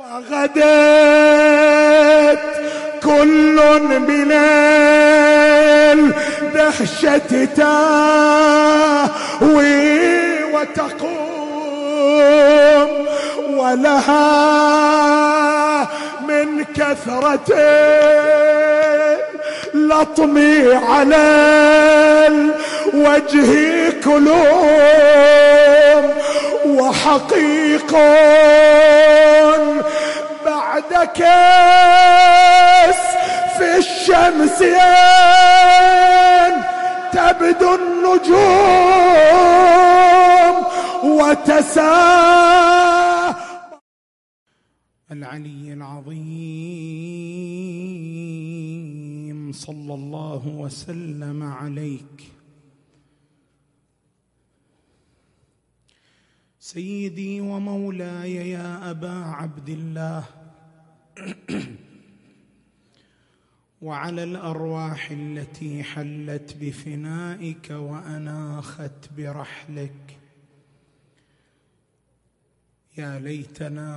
فغدت كل من الدهشة تاوي وتقوم، ولها من كثرة اللطم على الوجه كلوم، وحقيق بعد كاس في الشمس تبدو النجوم وتساء. العلي العظيم صلى الله وسلم عليك سيدي ومولاي يا أبا عبد الله، وعلى الأرواح التي حلت بفنائك وأناخت برحلك. يا ليتنا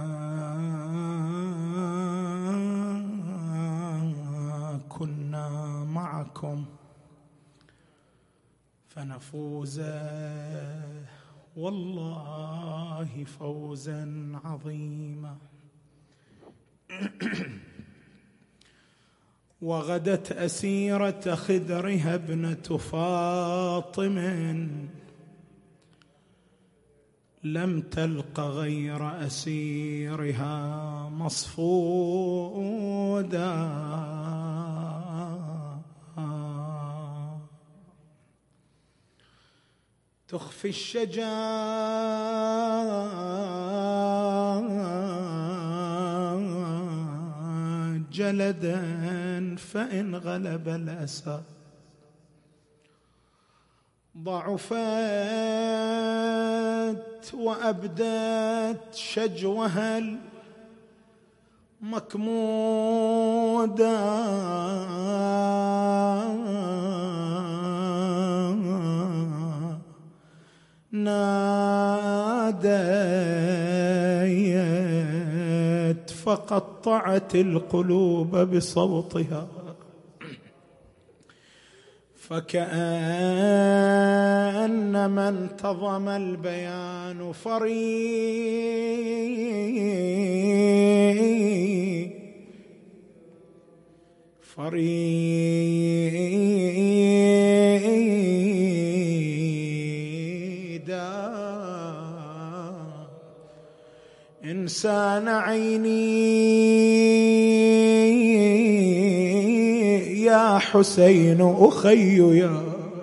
كنا معكم فنفوز والله فوزا عظيما. وغدت أسيرة خدرها ابنة فاطم، لم تلق غير أسيرها مصفودا. تخفي الشجاع جلدا، فإن غلب الأسى ضعفت وأبدت شجوها المكمودا. ناديت فقطعت القلوب بصوتها، فكأنما انتظم البيان فريدا. إنسان عيني يا حسين أخي يا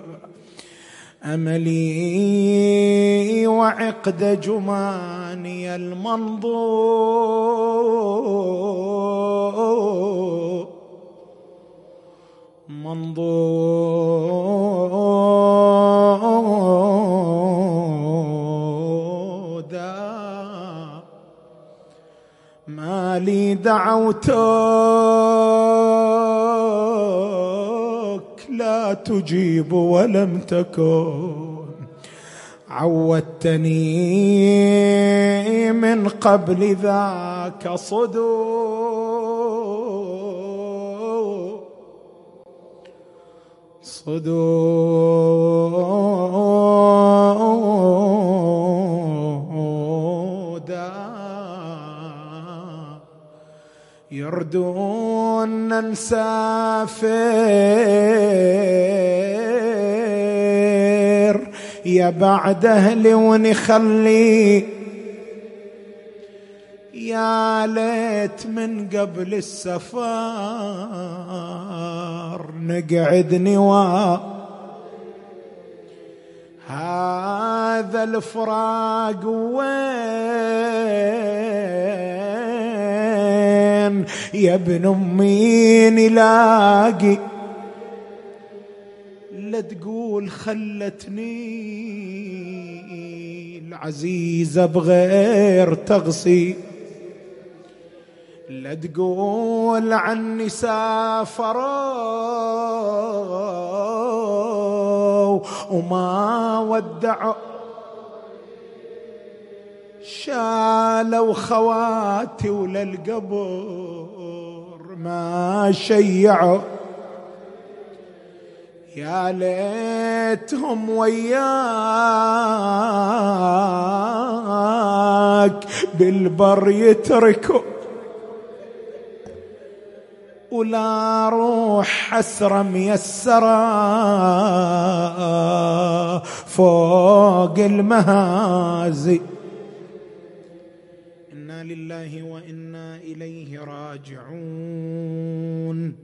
أملي، وعقد جماني منضودا. ما لي دعوتك لا تجيب ولم تكن، عودتني من قبل ذاك صدودا. يردون نسافر يا بعد أهلي ونخلي، يا ليت من قبل السفر نقعد نوا. هذا الفراق وين يا ابن أمي نلاقي؟ لا تقول خلتني العزيزة بغير تغصي، لا تقول عني سافروا وما ودعوا. شالوا خواتي وللقبر ما شيعوا، يا ليتهم وياك بالبر يتركوا، ولا روح حسرة ميسرة فوق المهازي. إنا لله وإنا إليه راجعون.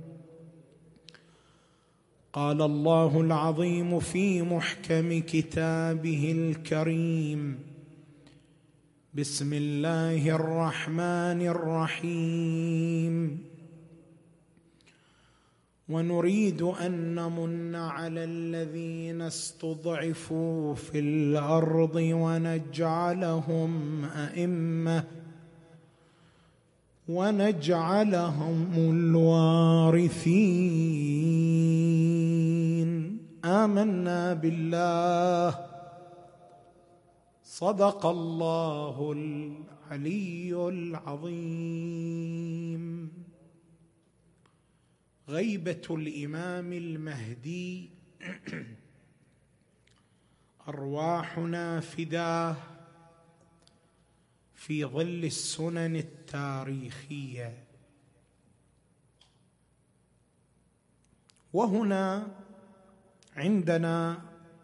قال الله العظيم في محكم كتابه الكريم: بسم الله الرحمن الرحيم. ونريد أن نمن على الذين استضعفوا في الأرض ونجعلهم أئمة ونجعلهم الوارثين. آمنا بالله. صدق الله العلي العظيم. غيبة الإمام المهدي أرواحنا فداه في ظل السنن التاريخية. وهنا عندنا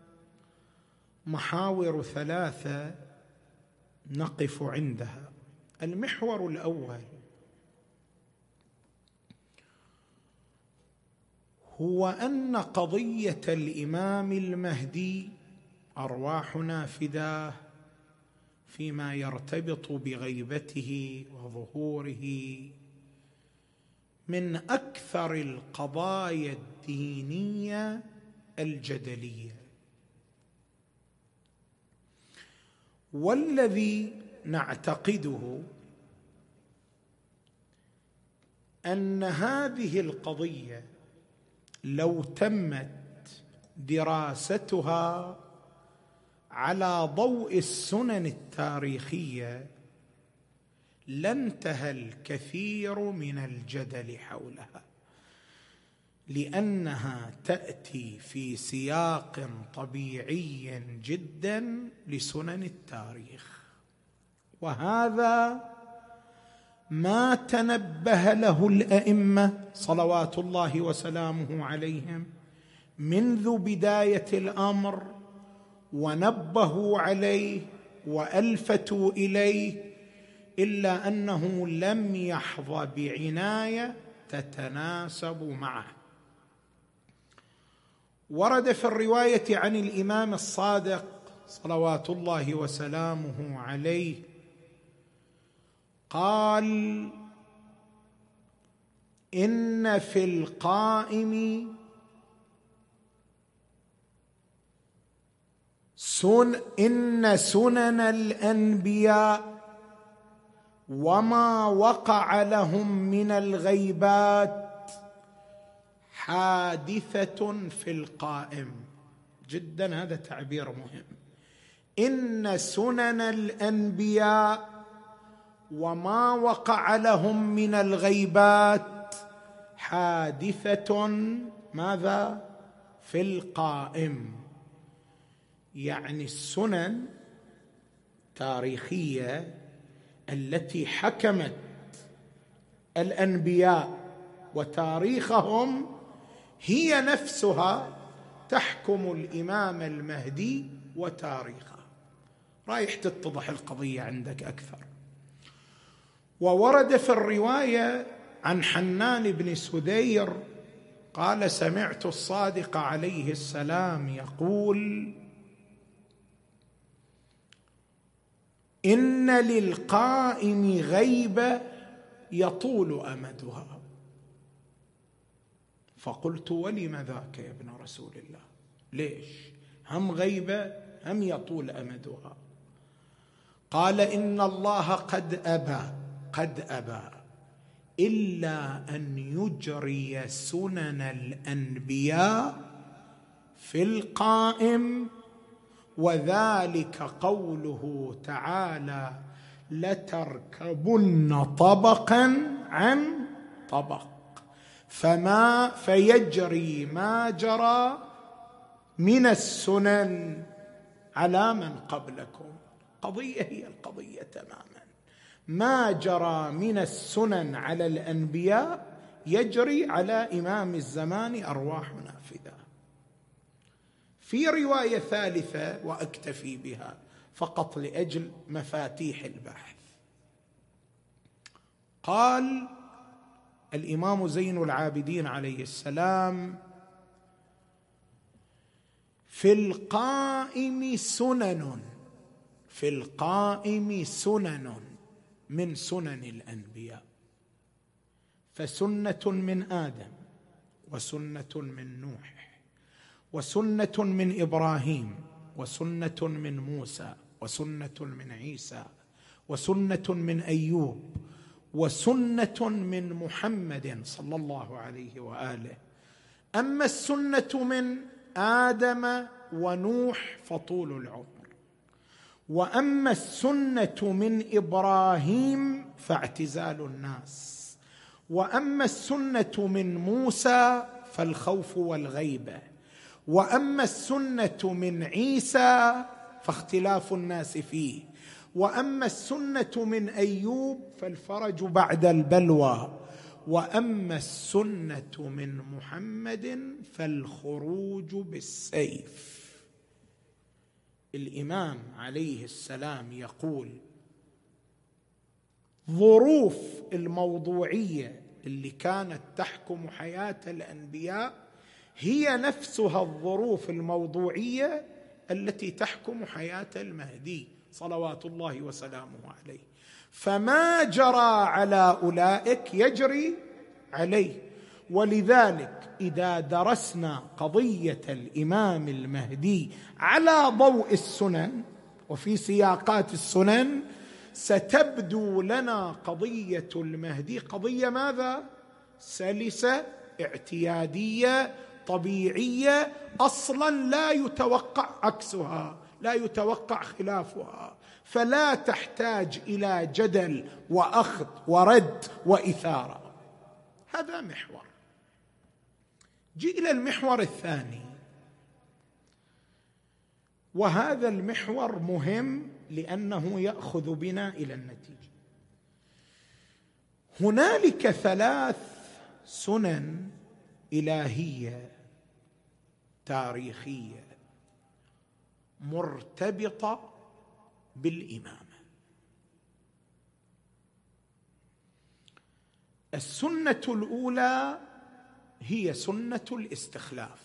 محاور ثلاثة نقف عندها. المحور الأول هو أن قضية الإمام المهدي أرواحنا فداه فيما يرتبط بغيبته وظهوره من أكثر القضايا الدينية الجدلية، والذي نعتقده أن هذه القضية لو تمت دراستها على ضوء السنن التاريخية لانتهى الكثير من الجدل حولها، لأنها تأتي في سياق طبيعي جدا لسنن التاريخ، وهذا ما تنبه له الأئمة صلوات الله وسلامه عليهم منذ بداية الأمر، ونبهوا عليه وألفتوا إليه، إلا أنه لم يحظى بعناية تتناسب معه. ورد في الرواية عن الإمام الصادق صلوات الله وسلامه عليه قال: إن في القائم إن سنن الأنبياء وما وقع لهم من الغيبات حادثة في القائم. جدا هذا تعبير مهم. إن سنن الأنبياء وما وقع لهم من الغيبات حادثة ماذا؟ في القائم. يعني السنن التاريخية التي حكمت الأنبياء وتاريخهم هي نفسها تحكم الإمام المهدي وتاريخه. رايح تتضح القضية عندك أكثر. وورد في الرواية عن حنان بن سدير قال: سمعت الصادق عليه السلام يقول: إن للقائم غيبة يطول أمدها. فقلت: ولم ذاك يا ابن رسول الله؟ ليش؟ هم غيبة هم يطول أمدها؟ قال: إن الله قد أبى إلا أن يجري سنن الأنبياء في القائم، وذلك قوله تعالى: لتركبن طبقا عن طبق فيجري ما جرى من السنن على من قبلكم. قضية هي القضية تماما. ما جرى من السنن على الأنبياء يجري على إمام الزمان أرواح نافذة. في رواية ثالثة وأكتفي بها فقط لأجل مفاتيح البحث، قال الإمام زين العابدين عليه السلام: في القائم سنن من سنن الأنبياء، فسنة من آدم، وسنة من نوح، وسنة من إبراهيم، وسنة من موسى، وسنة من عيسى، وسنة من أيوب، وسنة من محمد صلى الله عليه وآله. أما السنة من آدم ونوح فطول العمر، وأما السنة من إبراهيم فاعتزال الناس، وأما السنة من موسى فالخوف والغيبة، وأما السنة من عيسى فاختلاف الناس فيه، وأما السنة من أيوب فالفرج بعد البلوى، وأما السنة من محمد فالخروج بالسيف. الإمام عليه السلام يقول ظروف الموضوعية اللي كانت تحكم حياة الأنبياء هي نفسها الظروف الموضوعية التي تحكم حياة المهدي صلوات الله وسلامه عليه. فما جرى على أولئك يجري عليه. ولذلك إذا درسنا قضية الإمام المهدي على ضوء السنن وفي سياقات السنن ستبدو لنا قضية المهدي قضية ماذا؟ سلسة، اعتيادية، طبيعية، أصلا لا يتوقع عكسها، لا يتوقع خلافها، فلا تحتاج إلى جدل وأخذ ورد وإثارة. هذا محور. جئ إلى المحور الثاني، وهذا المحور مهم لأنه يأخذ بنا إلى النتيجة. هنالك 3 سنن إلهية تاريخية مرتبطة بالإمامة. السنة الأولى هي سنة الاستخلاف.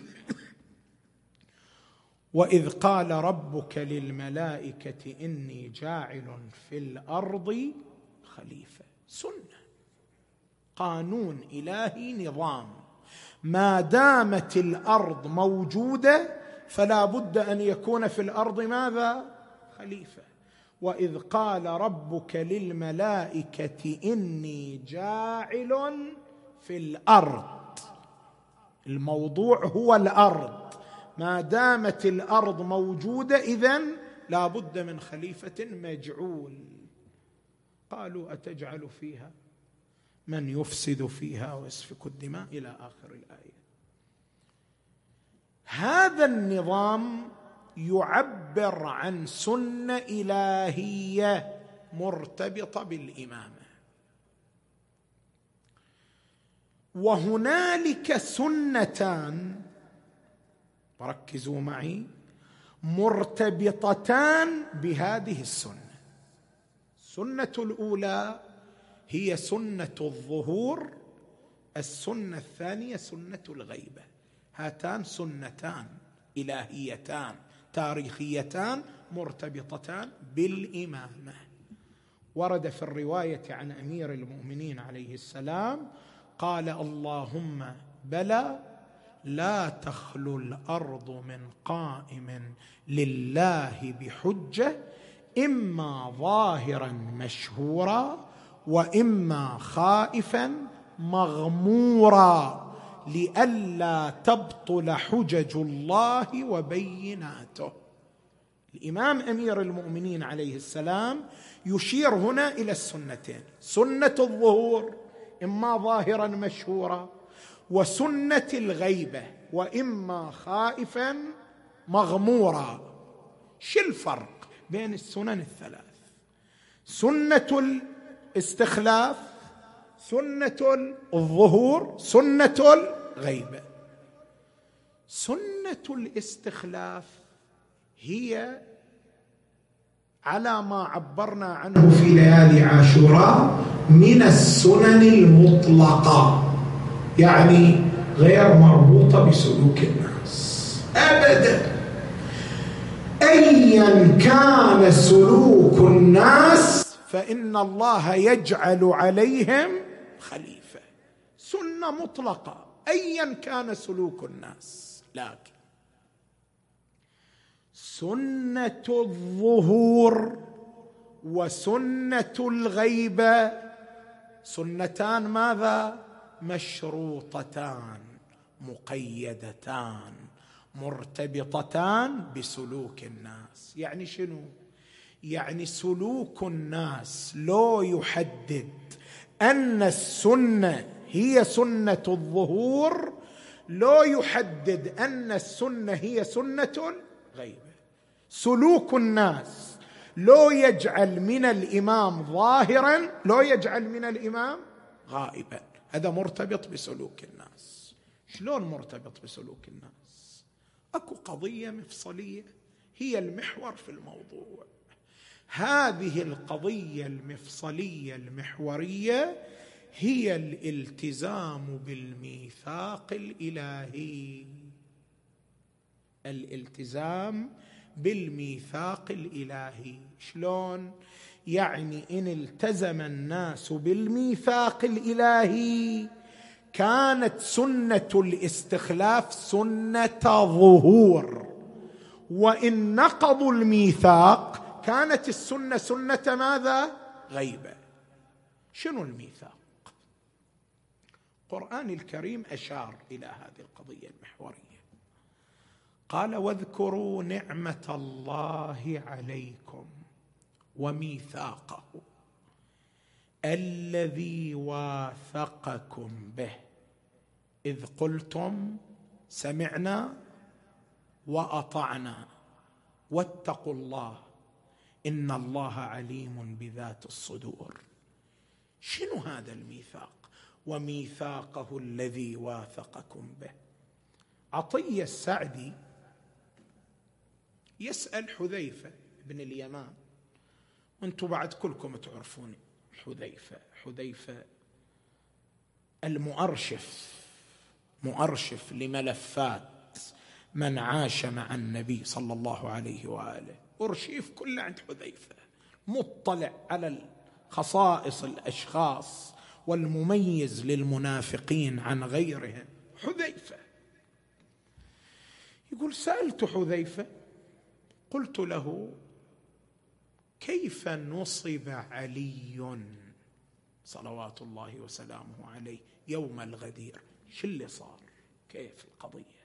وإذ قال ربك للملائكة إني جاعل في الأرض خليفة. سنة، قانون إلهي، نظام. ما دامت الأرض موجودة فلا بد أن يكون في الأرض ماذا؟ خليفة. وإذ قال ربك للملائكة إني جاعل في الأرض، الموضوع هو الأرض. ما دامت الأرض موجودة إذن لا بد من خليفة مجعول. قالوا أتجعل فيها من يفسد فيها ويسفك الدماء إلى آخر الآية. هذا النظام يعبر عن سنة إلهية مرتبطة بالإمامة. وهنالك سنتان، ركزوا معي، مرتبطتان بهذه السنة. السنة الأولى هي سنة الظهور، السنة الثانية سنة الغيبة. هاتان سنتان إلهيتان تاريخيتان مرتبطتان بالإمامة. ورد في الرواية عن أمير المؤمنين عليه السلام قال اللهم بلى لا تخلو الأرض من قائم لله بحجة إما ظاهرا مشهورا وإما خائفا مغمورا لئلا تبطل حجج الله وبيناته. الإمام أمير المؤمنين عليه السلام يشير هنا إلى السنتين: سنة الظهور إما ظاهرا مشهورا، وسنة الغيبة وإما خائفا مغمورا. شو الفرق بين السنن الثلاث؟ سنة الاستخلاف، سنة الظهور، سنة الغيبة. سنة الاستخلاف هي على ما عبرنا عنه في ليالي عاشوراء من السنن المطلقة، يعني غير مربوطة بسلوك الناس أبدا. أيا كان سلوك الناس فإن الله يجعل عليهم خليفة، سنة مطلقة أيا كان سلوك الناس. لكن سنة الظهور وسنة الغيبة سنتان ماذا؟ مشروطتان، مقيدتان، مرتبطتان بسلوك الناس. يعني شنو؟ يعني سلوك الناس لو يحدد أن السنة هي سنة الظهور، لو يحدد أن السنة هي سنة الغيبة. سلوك الناس لو يجعل من الإمام ظاهرا، لو يجعل من الإمام غائبا، هذا مرتبط بسلوك الناس. شلون مرتبط بسلوك الناس؟ أكو قضية مفصلية هي المحور في الموضوع. هذه القضية المفصلية المحورية هي الالتزام بالميثاق الإلهي. الالتزام بالميثاق الإلهي شلون؟ يعني إن التزم الناس بالميثاق الإلهي كانت سنة الاستخلاف سنة ظهور، وإن نقضوا الميثاق كانت السنة سنة ماذا؟ غيبة. شنو الميثاق؟ القرآن الكريم أشار إلى هذه القضية المحورية، قال: واذكروا نعمة الله عليكم وميثاقه الذي واثقكم به إذ قلتم سمعنا وأطعنا واتقوا الله إن الله عليم بذات الصدور. شنو هذا الميثاق؟ وميثاقه الذي واثقكم به. عطية السعدي يسأل حذيفة بن اليمان، وانتم بعد كلكم تعرفون حذيفة مؤرشف لملفات من عاش مع النبي صلى الله عليه وآله. أرشيف كله عند حذيفة، مطلع على خصائص الأشخاص والمميز للمنافقين عن غيرهم. حذيفة يقول: سألت حذيفة قلت له: كيف نصب علي صلوات الله وسلامه عليه يوم الغدير؟ شو اللي صار؟ كيف القضية؟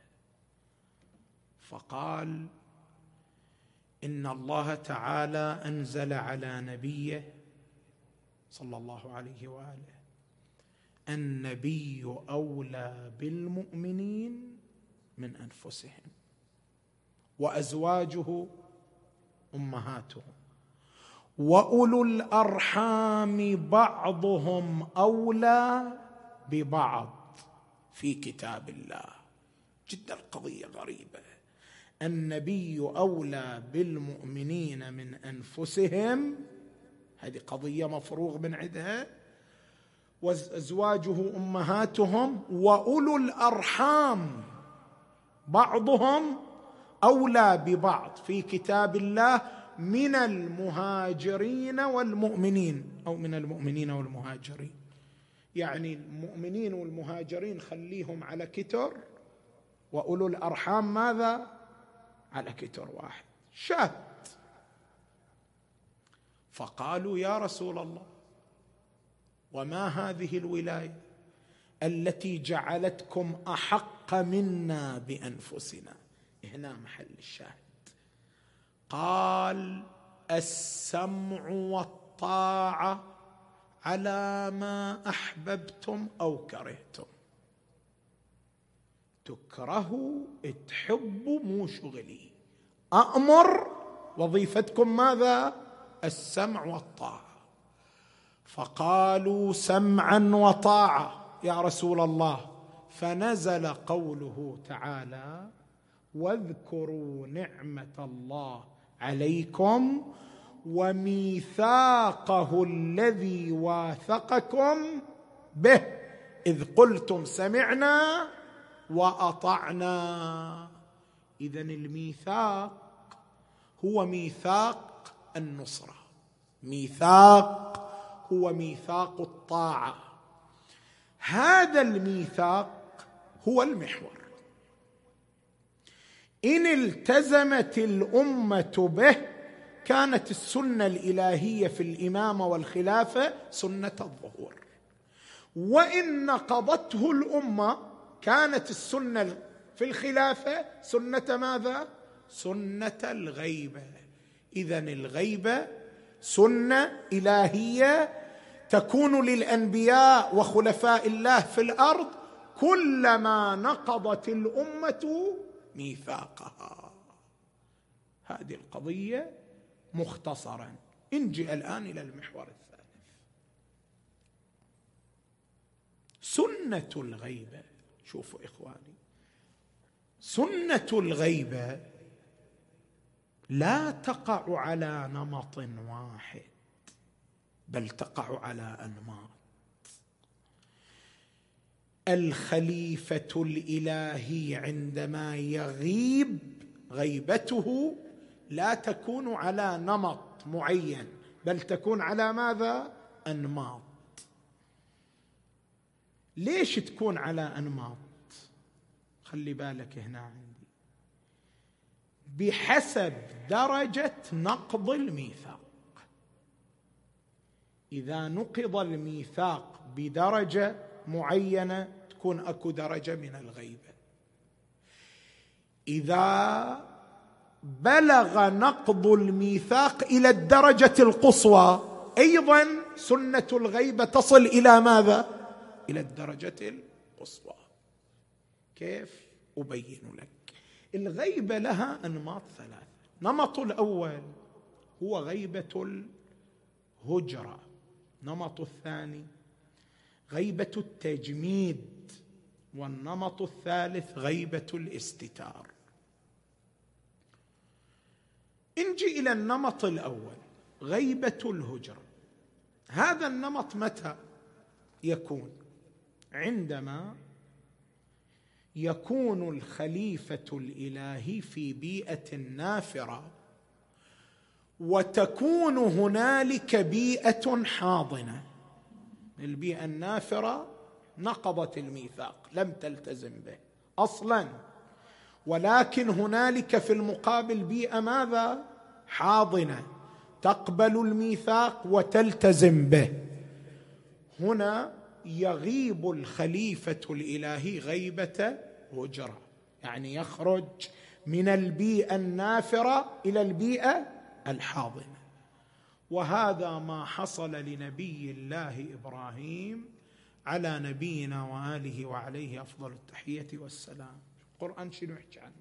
فقال: إن الله تعالى أنزل على نبيه صلى الله عليه وآله: النبي أولى بالمؤمنين من أنفسهم وأزواجه أمهاتهم وأولو الأرحام بعضهم أولى ببعض في كتاب الله. جدا القضية غريبة. النبي أولى بالمؤمنين من أنفسهم، هذه قضية مفروغ من عندها، وأزواجه أمهاتهم وأولو الأرحام بعضهم أولى ببعض في كتاب الله من المهاجرين والمؤمنين، أو من المؤمنين والمهاجرين. يعني المؤمنين والمهاجرين خليهم على كتر، وأولو الأرحام ماذا؟ على كتر واحد. شاهد. فقالوا: يا رسول الله، وما هذه الولاية التي جعلتكم أحق منا بأنفسنا؟ هنا محل الشاهد. قال: السمع والطاعة على ما أحببتم أو كرهتم. تكرهوا تحبوا مو شغلي، أأمر وظيفتكم ماذا؟ السمع والطاعة. فقالوا: سمعا وطاعة يا رسول الله. فنزل قوله تعالى: واذكروا نعمة الله عليكم وميثاقه الذي واثقكم به إذ قلتم سمعنا وأطعنا. إذن الميثاق هو ميثاق النصرة، ميثاق هو ميثاق الطاعة. هذا الميثاق هو المحور. إن التزمت الأمة به كانت السنة الإلهية في الإمامة والخلافة سنة الظهور، وإن نقضته الأمة كانت السنة في الخلافة سنة ماذا؟ سنة الغيبة. إذن الغيبة سنة إلهية تكون للأنبياء وخلفاء الله في الأرض كلما نقضت الأمة ميثاقها. هذه القضية مختصرا. نجي الآن إلى المحور الثالث، سنة الغيبة. شوفوا إخواني، سنة الغيبة لا تقع على نمط واحد، بل تقع على أنماط. الخليفة الإلهي عندما يغيب غيبته لا تكون على نمط معين، بل تكون على ماذا؟ أنماط. ليش تكون على أنماط؟ خلي بالك هنا عندي، بحسب درجة نقض الميثاق. إذا نقض الميثاق بدرجة معينة تكون أكو درجة من الغيبة. إذا بلغ نقض الميثاق إلى الدرجة القصوى أيضا سنة الغيبة تصل إلى ماذا؟ إلى الدرجة القصوى. كيف؟ أبين لك. الغيبة لها أنماط ثلاثة. نمط الأول هو غيبة الهجرة، النمط الثاني غيبة التجميد، والنمط الثالث غيبة الاستتار. نجي إلى النمط الأول، غيبة الهجرة. هذا النمط متى يكون؟ عندما يكون الخليفة الإلهي في بيئة نافرة وتكون هنالك بيئة حاضنة. البيئة النافرة نقضت الميثاق، لم تلتزم به أصلا، ولكن هنالك في المقابل بيئة ماذا؟ حاضنة تقبل الميثاق وتلتزم به. هنا يغيب الخليفة الإلهي غيبة هجرة، يعني يخرج من البيئة النافرة إلى البيئة الحاضنة. وهذا ما حصل لنبي الله إبراهيم على نبينا وآله وعليه أفضل التحية والسلام. القرآن شنو يحكي عنه؟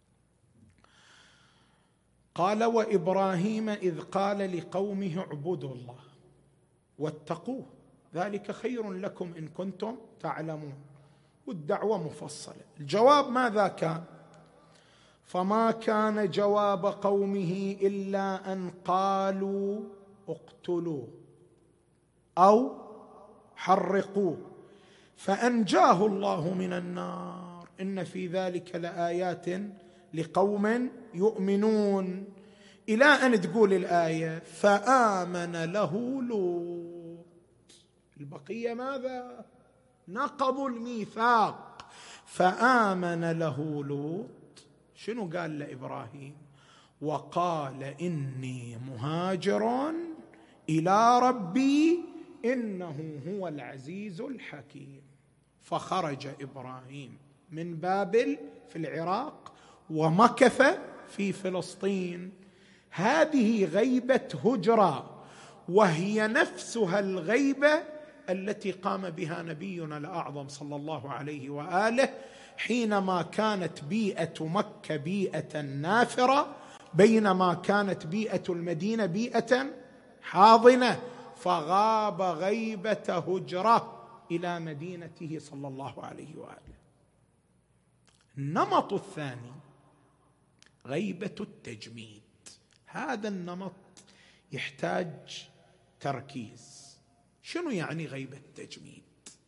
قال: وإبراهيم إذ قال لقومه اعبدوا الله واتقوه ذلك خير لكم إن كنتم تعلمون. والدعوة مفصلة. الجواب ماذا كان؟ فما كان جواب قومه إلا أن قالوا اقتلوه أو حرقوه فأنجاه الله من النار إن في ذلك لآيات لقوم يؤمنون، إلى أن تقول الآية فآمن له لوط. البقية ماذا؟ نقضوا الميثاق. فآمن له لوط. شنو قال لإبراهيم؟ وقال إني مهاجر إلى ربي إنه هو العزيز الحكيم. فخرج إبراهيم من بابل في العراق ومكث في فلسطين هذه غيبة هجرة، وهي نفسها الغيبة التي قام بها نبينا الأعظم صلى الله عليه وآله حينما كانت بيئة مكة بيئة نافرة، بينما كانت بيئة المدينة بيئة حاضنة، فغاب غيبة هجرة إلى مدينته صلى الله عليه وآله. النمط الثاني غيبة التجميد. هذا النمط يحتاج تركيز. شنو يعني غيبة التجميد؟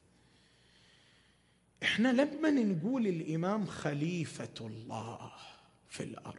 احنا لما نقول الإمام خليفة الله في الأرض،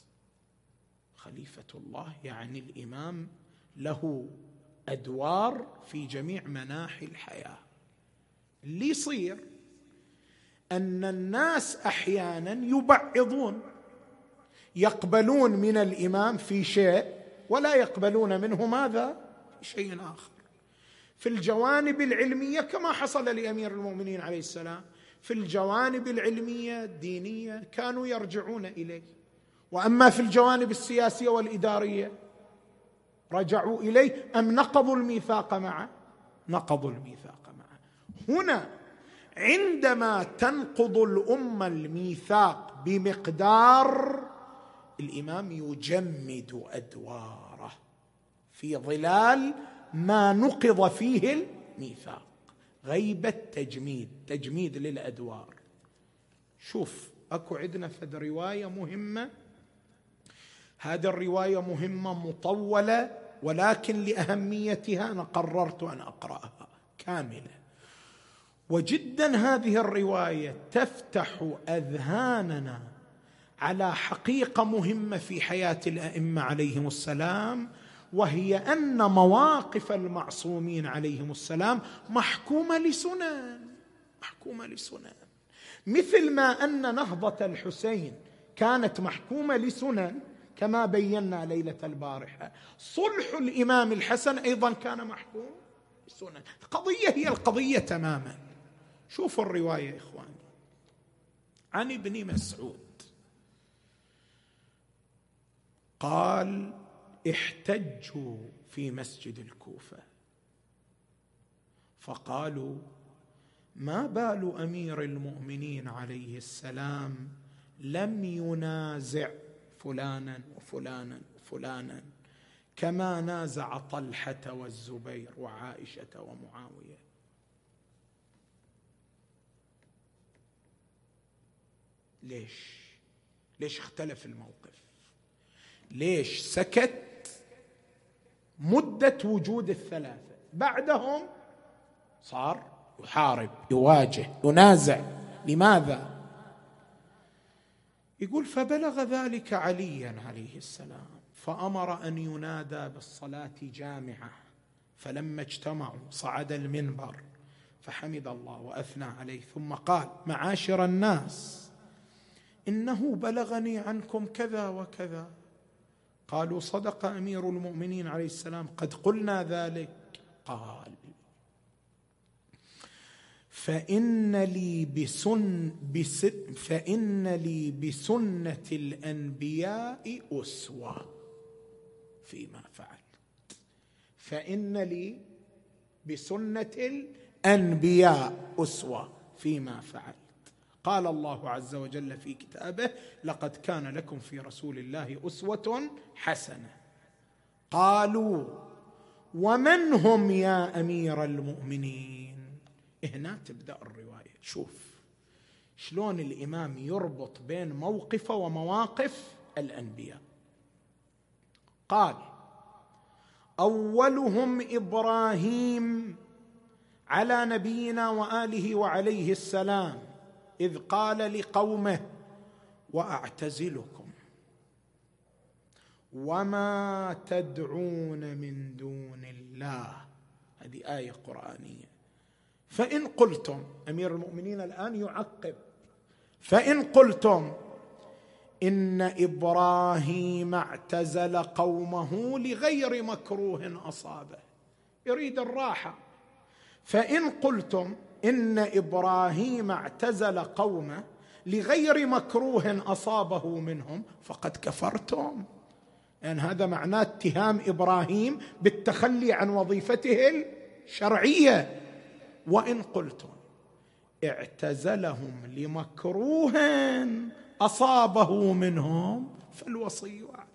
خليفة الله يعني الإمام له أدوار في جميع مناحي الحياة. اللي يصير أن الناس أحيانا يبعضون، يقبلون من الإمام في شيء ولا يقبلون منه ماذا؟ في شيء آخر. في الجوانب العلمية كما حصل لأمير المؤمنين عليه السلام، في الجوانب العلمية الدينية كانوا يرجعون إليه، وأما في الجوانب السياسية والإدارية رجعوا إليه أم نقضوا الميثاق معه؟ نقضوا الميثاق معه. هنا عندما تنقض الأمة الميثاق بمقدار، الإمام يجمد أدواره في ظلال ما نقض فيه الميثاق. غيبة تجميد، تجميد للأدوار. شوف أكو عندنا فد رواية مهمة، هذه الرواية مهمة مطولة، ولكن لأهميتها أنا قررت أن أقرأها كاملة. وجدا هذه الرواية تفتح أذهاننا على حقيقة مهمة في حياة الأئمة عليهم السلام، وهي أن مواقف المعصومين عليهم السلام محكومة لسنن، محكومة لسنن، مثل ما أن نهضة الحسين كانت محكومة لسنن كما بينا ليلة البارحة. صلح الإمام الحسن أيضا كان محكوم لسنن. القضية هي القضية تماما. شوفوا الرواية إخواني، عن ابن مسعود قال: احتجوا في مسجد الكوفة فقالوا: ما بال أمير المؤمنين عليه السلام لم ينازع فلانا وفلانا وفلانا كما نازع طلحة والزبير وعائشة ومعاوية. ليش اختلف الموقف؟ ليش سكت مدة وجود الثلاثة؟ بعدهم صار يحارب، يواجه، ينازع. لماذا؟ يقول: فبلغ ذلك عليا عليه السلام فأمر أن ينادى بالصلاة جامعة، فلما اجتمعوا صعد المنبر فحمد الله وأثنى عليه، ثم قال: معاشر الناس، إنه بلغني عنكم كذا وكذا. قالوا: صدق أمير المؤمنين عليه السلام، قد قلنا ذلك. قال: فإن لي بسنة الأنبياء أسوة فيما فعلت. فإن لي بسنة الأنبياء أسوة فيما فعلت. قال الله عز وجل في كتابه: لقد كان لكم في رسول الله أسوة حسنة. قالوا: ومن هم يا أمير المؤمنين؟ هنا تبدأ الرواية. شوف شلون الإمام يربط بين موقفه ومواقف الأنبياء. قال: أولهم إبراهيم على نبينا وآله وعليه السلام، إذ قال لقومه: وأعتزلكم وما تدعون من دون الله. هذه آية قرآنية. فإن قلتم، أمير المؤمنين الآن يعقب، فإن قلتم إن إبراهيم اعتزل قومه لغير مكروه أصابه، يريد الراحة. فإن قلتم إن إبراهيم اعتزل قومه لغير مكروه أصابه منهم فقد كفرتم. لأن هذا معناه اتهام إبراهيم بالتخلي عن وظيفته الشرعية. وإن قلتم اعتزلهم لمكروه أصابه منهم فالوصي أعذر.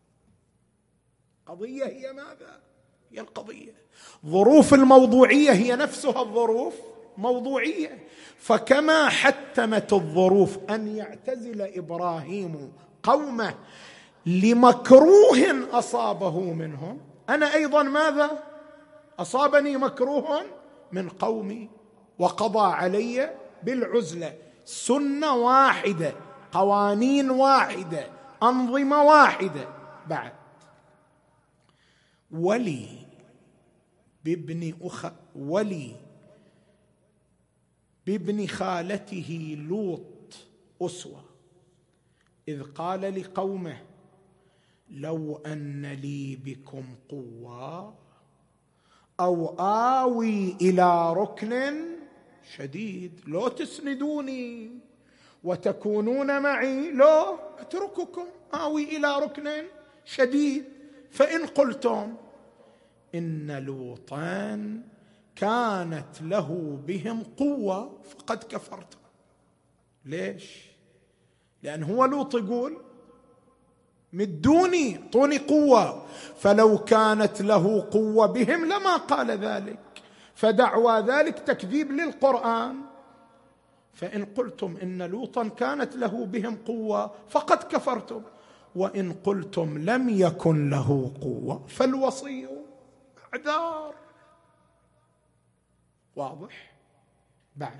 قضية هي ماذا؟ هي القضية ظروف الموضوعية هي نفسها الظروف موضوعية. فكما حتمت الظروف أن يعتزل إبراهيم قومه لمكروه أصابه منهم، أنا أيضا ماذا؟ أصابني مكروه من قومي وقضى علي بالعزلة. سنة واحدة، قوانين واحدة، أنظمة واحدة. بعد ولي بابن خالته لوط أسوة، إذ قال لقومه لو أن لي بكم قوة أو آوي إلى ركن شديد، لو تسندوني وتكونون معي لو أترككم آوي إلى ركن شديد. فإن قلتم إن لوطا كانت له بهم قوة فقد كفرتم. ليش؟ لأن هو لوط يقول مدوني طوني قوة، فلو كانت له قوة بهم لما قال ذلك، فدعوى ذلك تكذيب للقرآن. فإن قلتم إن لوطا كانت له بهم قوة فقد كفرتم، وإن قلتم لم يكن له قوة فالوصي أعذار. واضح؟ بعد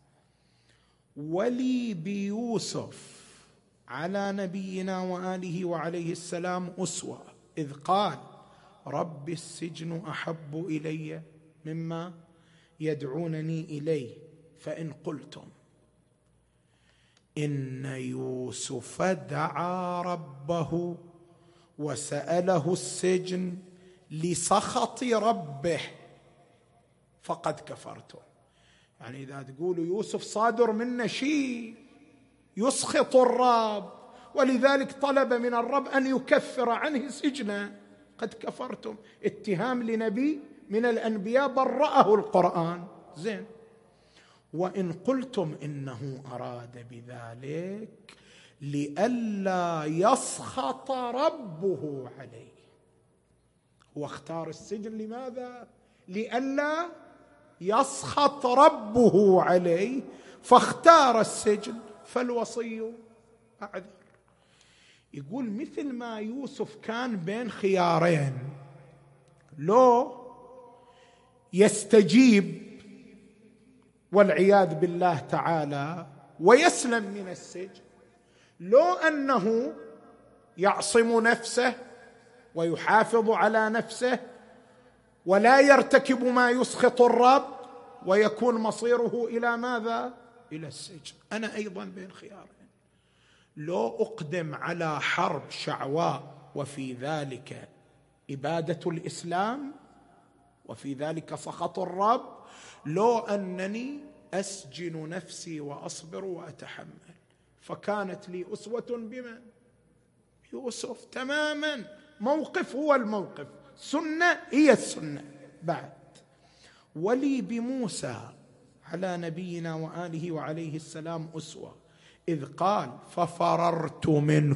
ولي بيوسف على نبينا وآله وعليه السلام أسوة، إذ قال رب السجن أحب إلي مما يدعونني إليه. فإن قلتم إن يوسف دعا ربه وسأله السجن لسخط ربه فقد كفرتم. يعني إذا تقولوا يوسف صادر منه شيء يسخط الرب ولذلك طلب من الرب أن يكفر عنه سجنه قد كفرتم. اتهام لنبي من الأنبياء برأه القرآن. زين. وإن قلتم إنه أراد بذلك لئلا يسخط ربه عليه، هو اختار السجن لماذا؟ لئلا يسخط ربه عليه فاختار السجن، فالوصي أعذر. يقول مثل ما يوسف كان بين خيارين، لو يستجيب والعياذ بالله تعالى ويسلم من السجن، لو أنه يعصم نفسه ويحافظ على نفسه ولا يرتكب ما يسخط الرب ويكون مصيره إلى ماذا؟ إلى السجن. أنا أيضا بين خيارين، لو أقدم على حرب شعواء وفي ذلك إبادة الإسلام وفي ذلك سخط الرب، لو أنني أسجن نفسي وأصبر وأتحمل. فكانت لي أسوة بمن؟ يوسف تماما. موقف هو الموقف، سنة هي السنة. بعد ولي بموسى على نبينا وآله وعليه السلام أسوة، إذ قال ففررت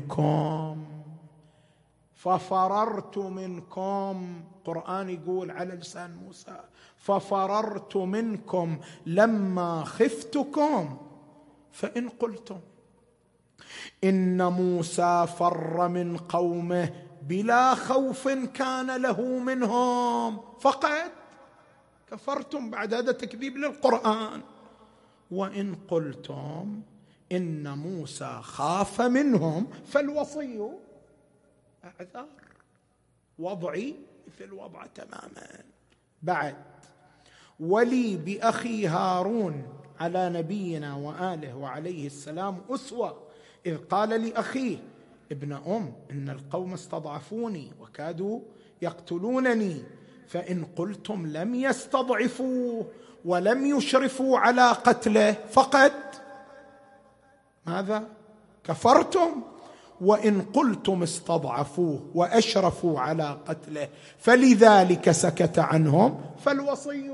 منكم. قرآن يقول على لسان موسى ففررت منكم لما خفتكم. فإن قلتم إن موسى فر من قومه بلا خوف كان له منهم فقد كفرتم. بعد هذا تكذيب للقرآن. وإن قلتم إن موسى خاف منهم فالوصي أعذار. وضعي مثل وضع تماما. بعد ولي بأخي هارون على نبينا وآله وعليه السلام أسوة، إذ قال لأخيه ابن إن القوم استضعفوني وكادوا يقتلونني. فإن قلتم لم يستضعفوه ولم يشرفوا على قتله فقد ماذا؟ كفرتم. وإن قلتم استضعفوه وأشرفوا على قتله فلذلك سكت عنهم فالوصي.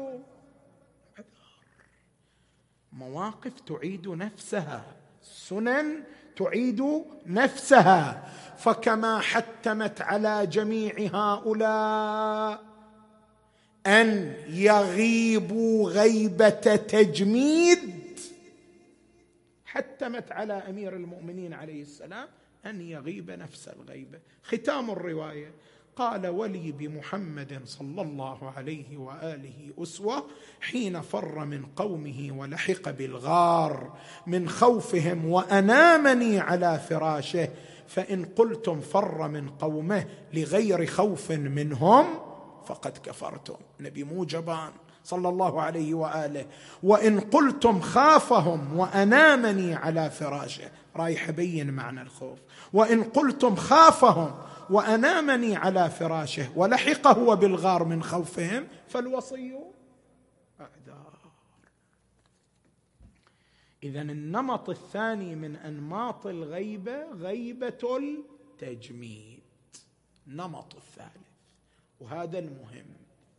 مواقف تعيد نفسها، سنن تعيد نفسها. فكما حتمت على جميع هؤلاء أن يغيبوا غيبة تجميد، حتمت على أمير المؤمنين عليه السلام أن يغيب نفس الغيبة. ختام الرواية قال: ولي بمحمد صلى الله عليه وآله أسوة حين فر من قومه ولحق بالغار من خوفهم وأنامني على فراشه، فإن قلتم فر من قومه لغير خوف منهم فقد كفرتم. نبي مو جبان صلى الله عليه وآله. وإن قلتم خافهم وأنامني على فراشه، رايح أبين معنى الخوف. وإن قلتم خافهم وأنامني على فراشه ولحق هو بالغار من خوفهم فالوصي أعذار. إذن النمط الثاني من أنماط الغيبة غيبة التجميد، النمط الثالث، وهذا المهم،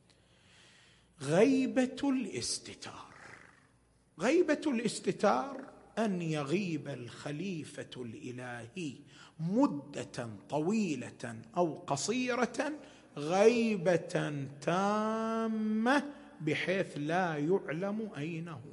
غيبة الاستتار. غيبة الاستتار أن يغيب الخليفة الإلهي مدة طويلة أو قصيرة غيبة تامة بحيث لا يعلم أين هو.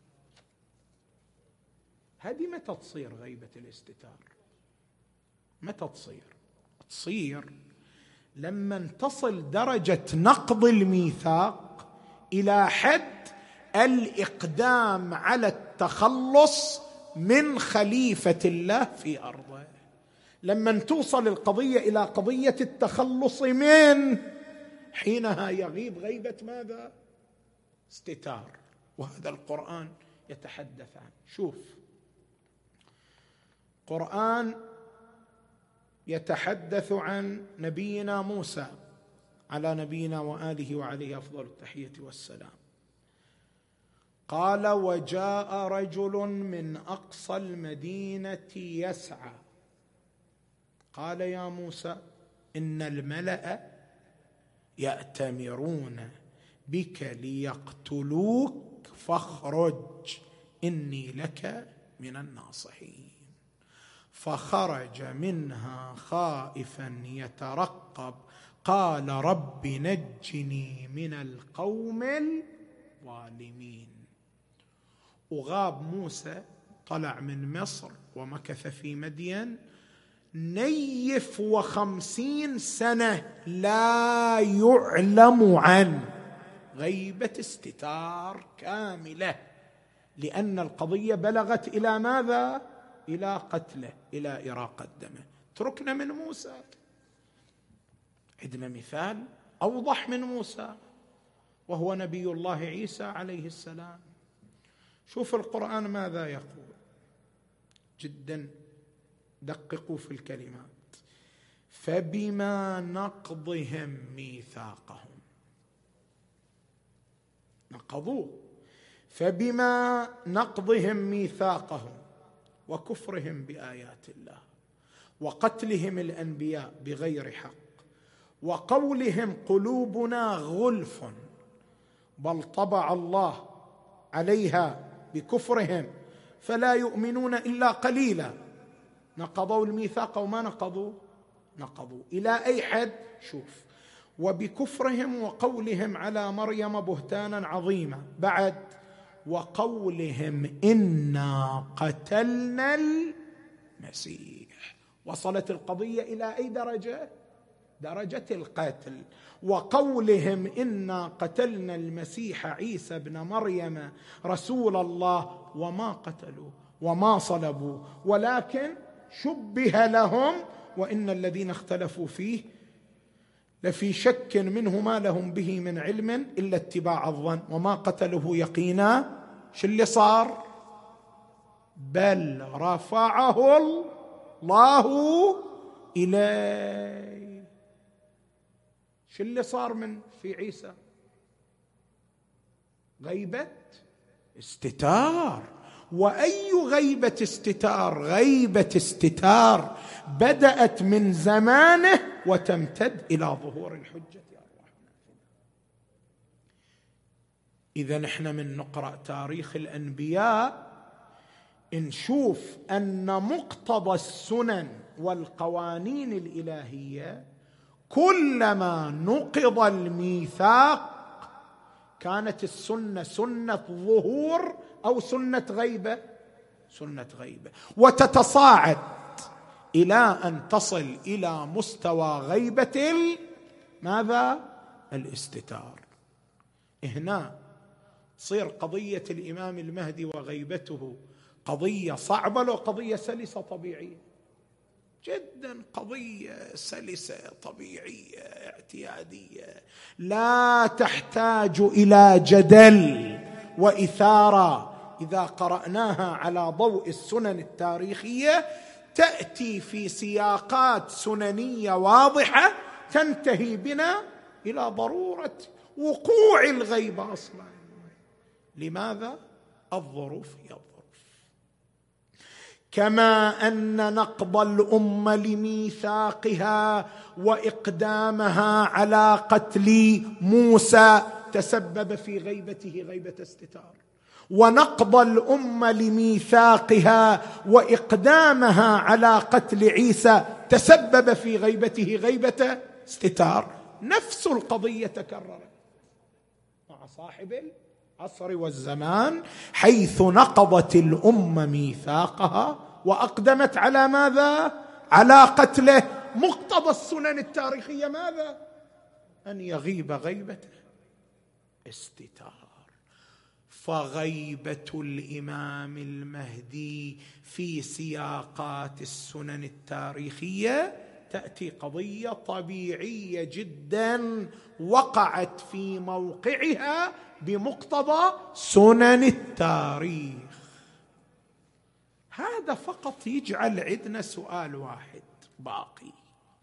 هذه متى تصير غيبة الاستتار؟ متى تصير لما تصل درجة نقض الميثاق إلى حد الإقدام على التخلص من خليفة الله في أرضه. لما توصل القضية إلى قضية التخلص من، حينها يغيب غيبة ماذا؟ استتار. وهذا القرآن يتحدث عنه. شوف، القرآن يتحدث عن نبينا موسى على نبينا وآله وعليه أفضل التحية والسلام. قال: وجاء رجل من أقصى المدينة يسعى قال يا موسى إن الملأ يأتمرون بك ليقتلوك فاخرج إني لك من الناصحين. فخرج منها خائفا يترقب قال رب نجني من القوم الظالمين. وغاب موسى، طلع من مصر ومكث في مدين 50 سنة لا يعلم عنه، غيبة استتار كاملة، لأن القضية بلغت إلى ماذا؟ إلى قتله، إلى إراقة دمه. تركنا من موسى، عندنا مثال أوضح من موسى وهو نبي الله عيسى عليه السلام. شوف القرآن ماذا يقول، جدا دققوا في الكلمات. فبما نقضهم ميثاقهم، نقضوه، فبما نقضهم ميثاقهم وكفرهم بآيات الله وقتلهم الأنبياء بغير حق وقولهم قلوبنا غلف بل طبع الله عليها بكفرهم فلا يؤمنون إلا قليلا. نقضوا الميثاق وما نقضوا إلى أي حد؟ شوف، وبكفرهم وقولهم على مريم بهتانا عظيما. بعد وقولهم إنا قتلنا المسيح. وصلت القضية إلى أي درجة؟ درجة القتل. وقولهم إنا قتلنا المسيح عيسى ابن مريم رسول الله وما قتلوا وما صلبوا ولكن شبه لهم وإن الذين اختلفوا فيه لفي شك منه ما لهم به من علم إلا اتباع الظن وما قتله يقينا. شو اللي صار؟ بل رفعه الله إليه. شو اللي صار من في عيسى؟ غيبة استتار. وأي غيبة استتار؟ غيبة استتار بدأت من زمانه وتمتد إلى ظهور الحجة. إذا نحن من نقرأ تاريخ الأنبياء نشوف أن مقتضى السنن والقوانين الإلهية كلما نقض الميثاق كانت السنة سنة ظهور أو سنة غيبة، سنة غيبة، وتتصاعد إلى أن تصل إلى مستوى غيبة ماذا؟ الاستتار. هنا تصير قضية الإمام المهدي وغيبته قضية صعبة لو قضية سلسة طبيعية جدا، قضية سلسة طبيعية اعتيادية لا تحتاج إلى جدل وإثارة. إذا قرأناها على ضوء السنن التاريخية تأتي في سياقات سننية واضحة تنتهي بنا إلى ضرورة وقوع الغيبة أصلا. لماذا؟ الظروف هي الظروف. كما أن نقض الأمة لميثاقها وإقدامها على قتل موسى تسبب في غيبته غيبة استتار، ونقض الأمة لميثاقها وإقدامها على قتل عيسى تسبب في غيبته غيبة استتار. نفس القضية تكررت مع صاحب العصر والزمان، حيث نقضت الأمة ميثاقها وأقدمت على ماذا؟ على قتله. مقتضى السنن التاريخية ماذا؟ أن يغيب غيبة استتار. فغيبة الإمام المهدي في سياقات السنن التاريخية تأتي قضية طبيعية جدا وقعت في موقعها بمقتضى سنن التاريخ. هذا فقط يجعل عندنا سؤال واحد باقي.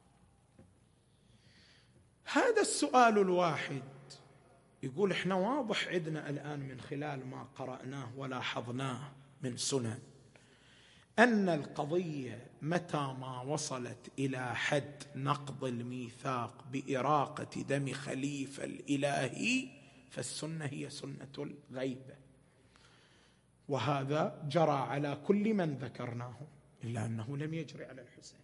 هذا السؤال الواحد يقول احنا واضح عندنا الآن من خلال ما قرأناه ولاحظناه من سنن أن القضية متى ما وصلت إلى حد نقض الميثاق بإراقة دم خليفة الإلهي فالسنة هي سنة الغيبة، وهذا جرى على كل من ذكرناه إلا أنه لم يجري على الحسين،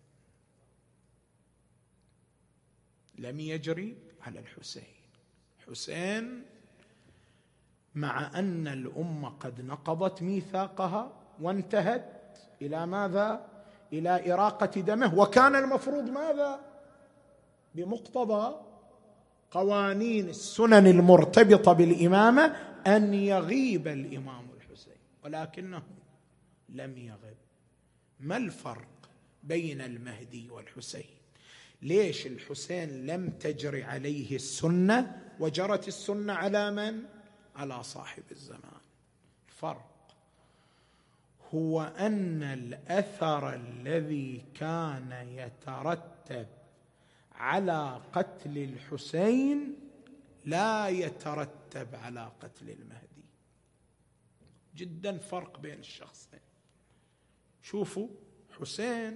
لم يجري على الحسين. حسين مع أن الأمة قد نقضت ميثاقها وانتهت إلى ماذا؟ إلى إراقة دمه، وكان المفروض ماذا؟ بمقتضى قوانين السنن المرتبطة بالإمامة أن يغيب الإمام الحسين، ولكنه لم يغب. ما الفرق بين المهدي والحسين؟ ليش الحسين لم تجري عليه السنة وجرت السنة على من؟ على صاحب الزمان. الفرق هو أن الأثر الذي كان يترتب على قتل الحسين لا يترتب على قتل المهدي. جدا فرق بين الشخصين. شوفوا، حسين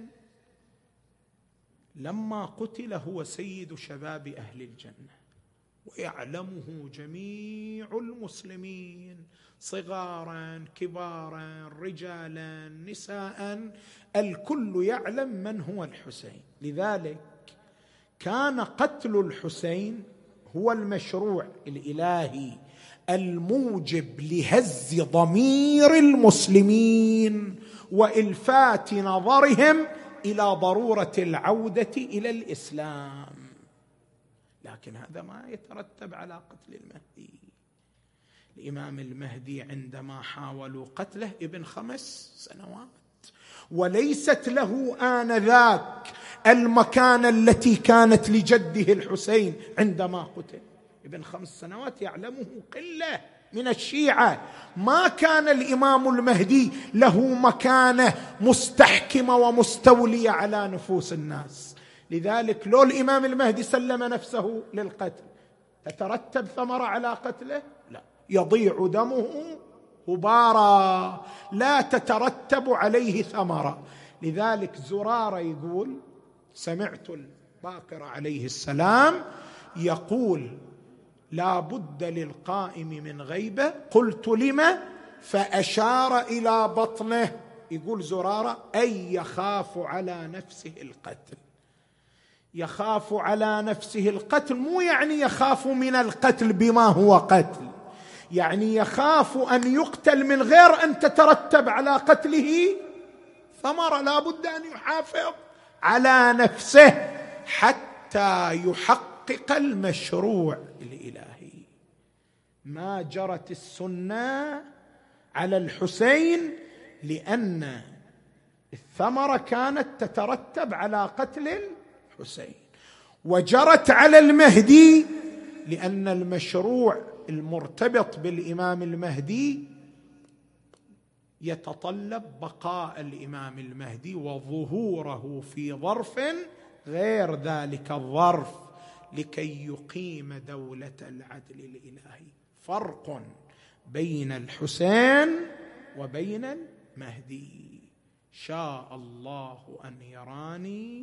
لما قتل هو سيد شباب أهل الجنة ويعلمه جميع المسلمين صغارا كبارا رجالا نساء، الكل يعلم من هو الحسين. لذلك كان قتل الحسين هو المشروع الإلهي الموجب لهز ضمير المسلمين وإلفات نظرهم إلى ضرورة العودة إلى الإسلام، لكن هذا ما يترتب على قتل المهدي. الإمام المهدي عندما حاولوا قتله ابن 5 سنوات، وليست له آنذاك المكانة التي كانت لجده الحسين عندما قتل. ابن 5 سنوات يعلمه قلة من الشيعة، ما كان الإمام المهدي له مكانة مستحكمة ومستولية على نفوس الناس. لذلك لو الإمام المهدي سلم نفسه للقتل تترتب ثمرة على قتله؟ لا، يضيع دمه هبارا لا تترتب عليه ثمرة. لذلك زرارة يقول: سمعت الباقر عليه السلام يقول: لا بد للقائم من غيبة. قلت: لما؟ فأشار إلى بطنه. يقول زرارة: أي يخاف على نفسه القتل. يخاف على نفسه القتل مو يعني يخاف من القتل بما هو قتل، يعني يخاف أن يقتل من غير أن تترتب على قتله ثمرة. لا بد أن يحافظ على نفسه حتى يحقق المشروع الإلهي. ما جرت السنة على الحسين لأن الثمرة كانت تترتب على قتل الحسين، وجرت على المهدي لأن المشروع المرتبط بالإمام المهدي يتطلب بقاء الإمام المهدي وظهوره في ظرف غير ذلك الظرف لكي يقيم دولة العدل الإلهي. فرق بين الحسين وبين المهدي. شاء الله أن يراني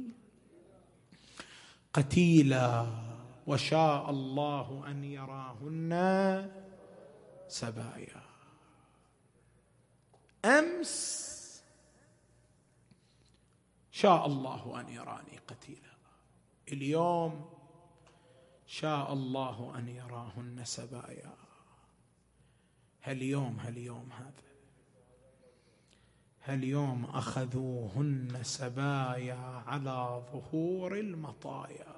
قتيلا وشاء الله أن يراهن سبايا. أمس شاء الله أن يراني قتيلا، اليوم شاء الله أن يراهن سبايا. هاليوم أخذوهن سبايا على ظهور المطايا.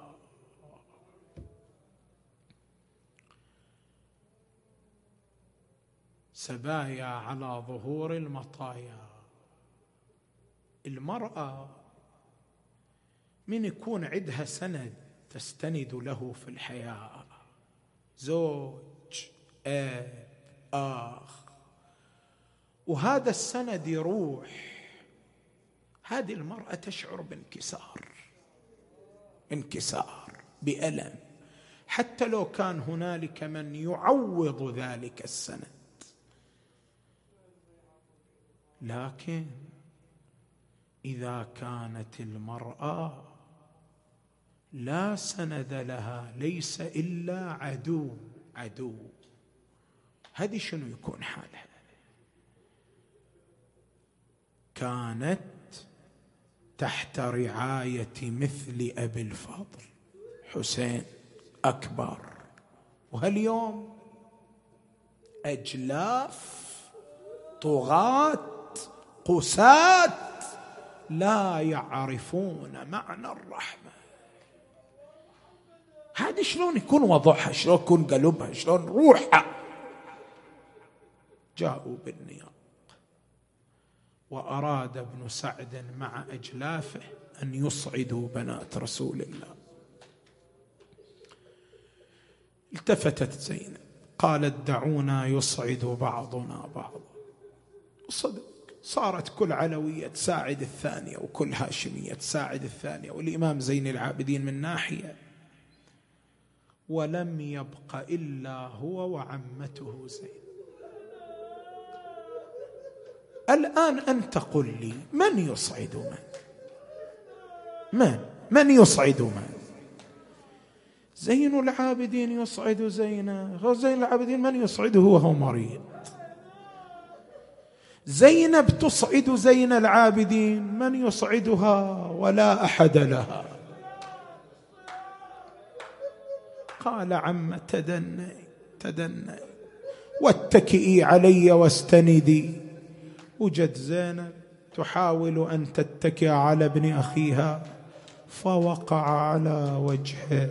سبايا على ظهور المطايا. المرأة من يكون عندها سند تستند له في الحياة، زوج، أب، أخ، وهذا السند يروح، هذه المرأة تشعر بانكسار، بألم، حتى لو كان هنالك من يعوض ذلك السند. لكن إذا كانت المرأة لا سند لها، ليس إلا عدو، هذه شنو يكون حالها؟ كانت تحت رعاية مثل أبي الفضل حسين أكبر، وهاليوم أجلاف طغاة قساة لا يعرفون معنى الرحمة. هذه شلون يكون وضعها، شلون يكون قلبها، شلون روحها؟ جاءوا بالنياق، وأراد ابن سعد مع أجلافه أن يصعدوا بنات رسول الله. التفتت زينب قالت: دعونا يصعد بعضنا بعضا. صدق، صارت كل علوية تساعد الثانية وكل هاشمية تساعد الثانية، والإمام زين العابدين من ناحية، ولم يبق إلا هو وعمته زينب. الآن أنت قل لي من يصعد من يصعد من؟ زين العابدين يصعد زينب، زين العابدين من يصعده وهو مريض؟ زينب تصعد زين العابدين، من يصعدها ولا أحد لها؟ قال: عم تدني واتكئي علي واستندي. وجد زينب تحاول أن تتكئ على ابن أخيها، فوقع على وجهه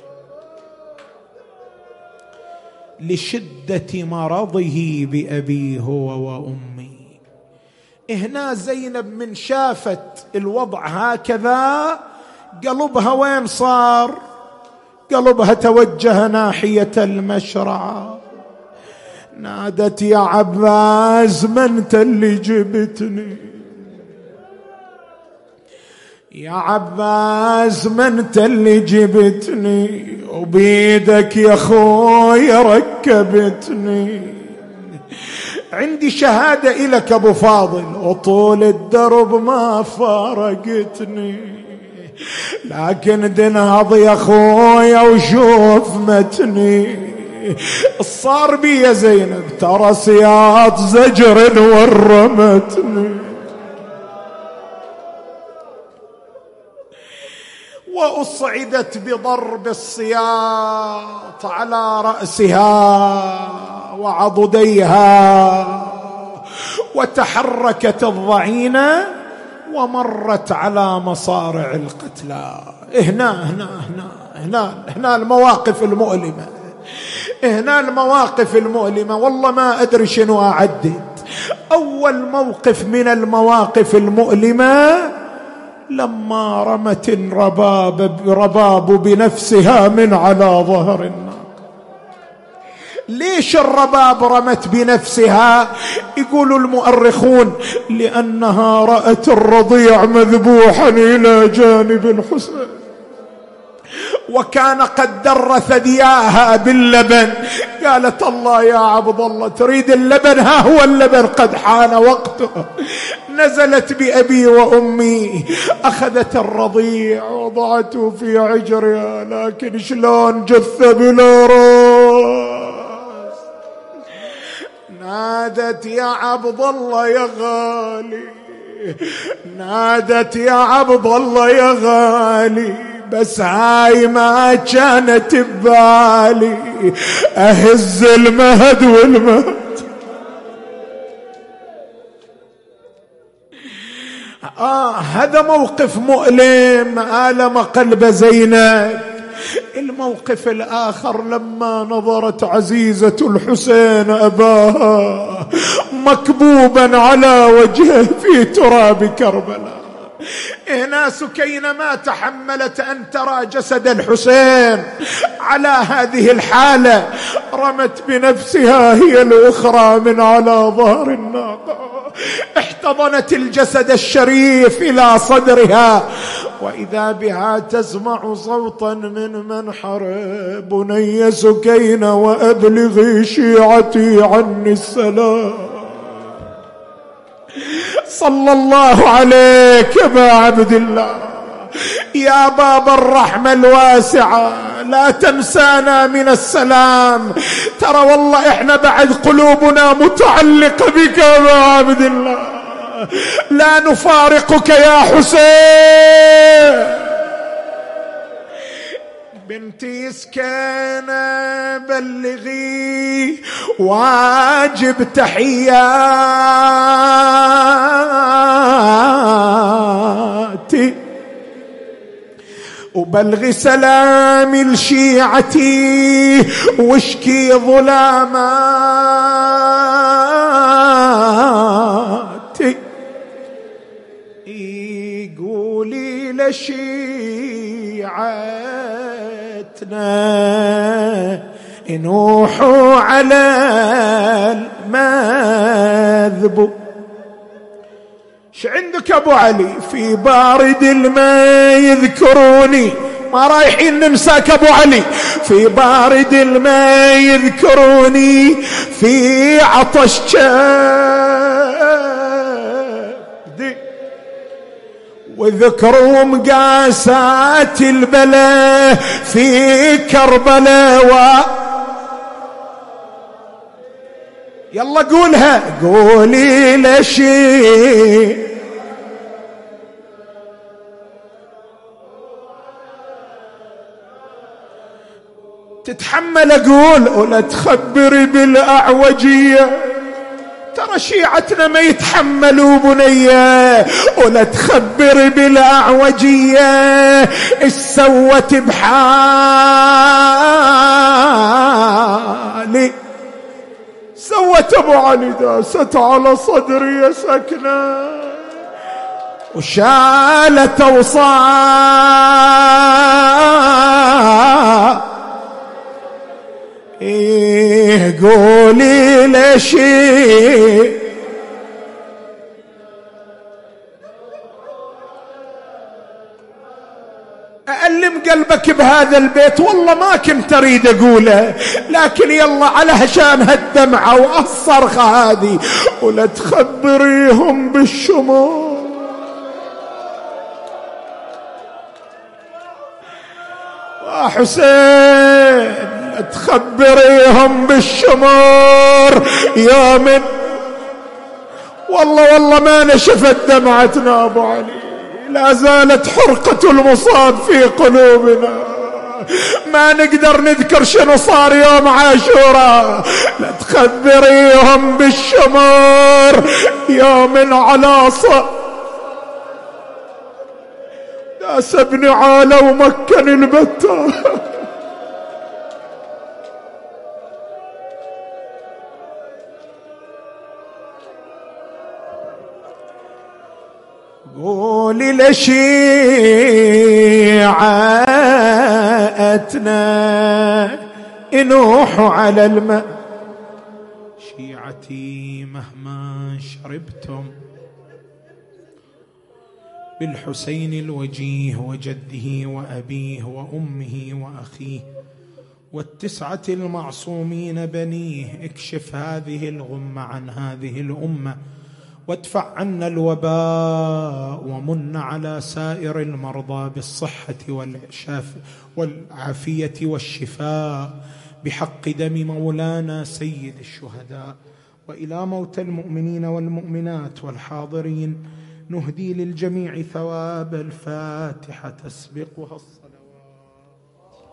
لشدة مرضه بأبي هو وأمي. هنا زينب من شافت الوضع هكذا قلبها وين صار؟ قلبها توجه ناحية المشرعة. نادت: يا عباس ما انت اللي جبتني، يا عباس ما انت اللي جبتني، وبيدك يا خوي ركبتني. عندي شهادة إلك أبو فاضل، وطول الدرب ما فارقتني، لكن دنهض يا خويا وشوف متني، الصار بي يا زينب ترى سياط زجر ورمتني، وأصعدت بضرب السياط على رأسها وعضديها، وتحركت الضعينة ومرت على مصارع القتلى. هنا المواقف المؤلمة، هنا المواقف المؤلمة. والله ما أدري شنو أعدد. أول موقف من المواقف المؤلمة لما رمت الرباب بنفسها من على ظهر الناقة. ليش الرباب رمت بنفسها؟ يقول المؤرخون لأنها رأت الرضيع مذبوحا إلى جانب الحسين، وكان قد در ثدياها باللبن. قالت الله يا عبد الله تريد اللبن؟ ها هو اللبن قد حان وقته. نزلت بأبي وأمي، أخذت الرضيع وضعته في عجرها، لكن شلون جثة بلا راس. نادت يا عبد الله يا غالي، نادت يا عبد الله يا غالي، بس هاي ما كانت ببالي، أهز المهد والمهد. هذا موقف مؤلم آلم قلب زينب. الموقف الآخر لما نظرت عزيزة الحسين أباها مكبوبا على وجهه في تراب كربلاء. هنا سكينة ما تحملت أن ترى جسد الحسين على هذه الحالة، رمت بنفسها هي الأخرى من على ظهر الناقة، احتضنت الجسد الشريف إلى صدرها، وإذا بها تسمع صوتا من منحر: بني سكينة وأبلغي شيعتي عني السلام. صلى الله عليك يا عبد الله يا باب الرحمة الواسعة، لا تنسانا من السلام. ترى والله احنا بعد قلوبنا متعلقة بك يا عبد الله، لا نفارقك يا حسين. بنتي سكينة بلغي واجب تحياتي، وبلغي سلامي لشيعتي، واشكي ظلاماتي. قولي لشيعتنا نوحوا على المذبوح. عندك ابو علي في بارد الماء يذكروني، ما رايحين ننساك ابو علي. في بارد الماء يذكروني، في عطش كبدي، وذكروا مقاسات البلاء في كربلاء. يلا قولها، قولي لشي تتحمل اقول، ولا تخبري بالاعوجيه. ترى شيعتنا ما يتحملوا بنيه، ولا تخبري بالاعوجيه. ايش سوت بحالي؟ سوت ابو علي داست على صدري سكنه، وشالت اوصال. قولي ليش أألم قلبك بهذا البيت والله ما كنت أريد أقوله، لكن يلا على هشام هالدمعة والصرخة هذه، ولا تخبريهم بالشموع. حسين تخبريهم بالشمور يا من والله ما نشفت دمعتنا أبو علي، لا زالت حرقة المصاب في قلوبنا، ما نقدر نذكر شنو صار يوم عاشوراء. لا تخبريهم بالشمور يا من على داس ابن عالة ومكن البتة. قولي لشيعتنا ينوح على الماء، شيعتي مهما شربتم بالحسين الوجيه وجده وأبيه وأمه وأخيه والتسعة المعصومين بنيه، اكشف هذه الغمة عن هذه الأمة وادفع عنا الوباء، ومن على سائر المرضى بالصحة والعافية والشفاء بحق دم مولانا سيد الشهداء. وإلى موتى المؤمنين والمؤمنات والحاضرين نهدي للجميع ثواب الفاتحة تسبقها الصلاة.